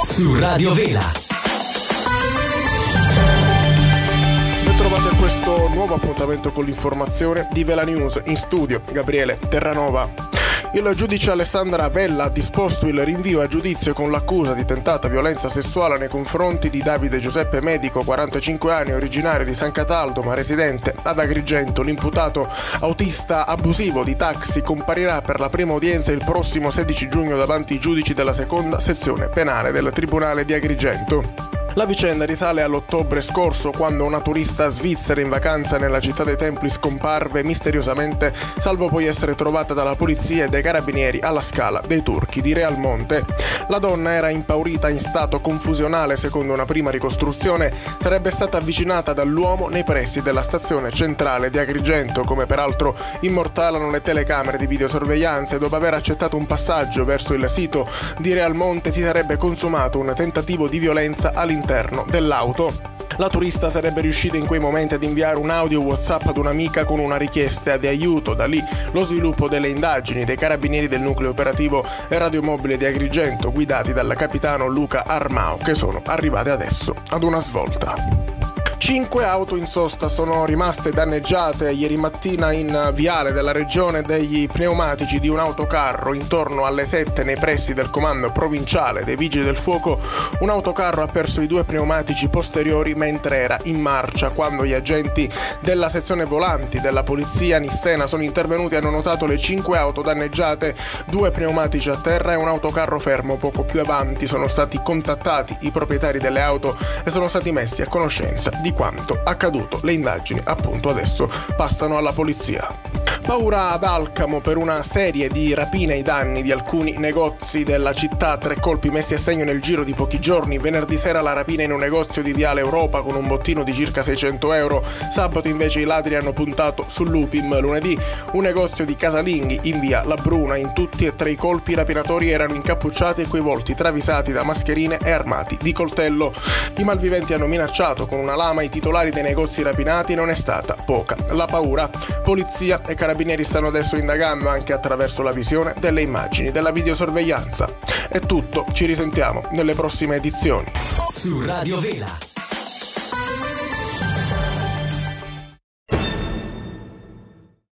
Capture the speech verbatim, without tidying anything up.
Su Radio Vela. Trovate questo nuovo appuntamento con l'informazione di Vela News. In studio Gabriele Terranova. Il giudice Alessandra Vella ha disposto il rinvio a giudizio con l'accusa di tentata violenza sessuale nei confronti di Davide Giuseppe Medico, quarantacinque anni, originario di San Cataldo ma residente ad Agrigento. L'imputato autista abusivo di taxi comparirà per la prima udienza il prossimo sedici giugno davanti ai giudici della seconda sezione penale del Tribunale di Agrigento. La vicenda risale all'ottobre scorso, quando una turista svizzera in vacanza nella città dei Templi scomparve misteriosamente, salvo poi essere trovata dalla polizia e dai carabinieri alla Scala dei Turchi di Realmonte. La donna era impaurita in stato confusionale. Secondo una prima ricostruzione, sarebbe stata avvicinata dall'uomo nei pressi della stazione centrale di Agrigento, come peraltro immortalano le telecamere di videosorveglianza, e dopo aver accettato un passaggio verso il sito di Realmonte si sarebbe consumato un tentativo di violenza all'interno all'interno dell'auto. La turista sarebbe riuscita in quei momenti ad inviare un audio WhatsApp ad un'amica con una richiesta di aiuto. Da lì lo sviluppo delle indagini dei carabinieri del nucleo operativo e radiomobile di Agrigento, guidati dal capitano Luca Armao, che sono arrivate adesso ad una svolta. Cinque auto in sosta sono rimaste danneggiate ieri mattina in viale della regione degli pneumatici di un autocarro. Intorno alle sette, nei pressi del comando provinciale dei Vigili del Fuoco, un autocarro ha perso i due pneumatici posteriori mentre era in marcia. Quando gli agenti della sezione volanti della polizia nissena sono intervenuti, hanno notato le cinque auto danneggiate, due pneumatici a terra e un autocarro fermo poco più avanti. Sono stati contattati i proprietari delle auto e sono stati messi a conoscenza di quanto accaduto. Le indagini appunto adesso passano alla polizia. Paura ad Alcamo per una serie di rapine ai danni di alcuni negozi della città. Tre colpi messi a segno nel giro di pochi giorni. Venerdì sera la rapina in un negozio di Viale Europa con un bottino di circa seicento euro. Sabato invece i ladri hanno puntato sull'Upim. Lunedì un negozio di casalinghi in via La Bruna. In tutti e tre i colpi i rapinatori erano incappucciati e coi volti travisati da mascherine e armati di coltello. I malviventi hanno minacciato con una lama i titolari dei negozi rapinati e non è stata poca la paura. Polizia e carabinieri Carabinieri stanno adesso indagando anche attraverso la visione delle immagini della videosorveglianza. È tutto, ci risentiamo nelle prossime edizioni. Su Radio Vela.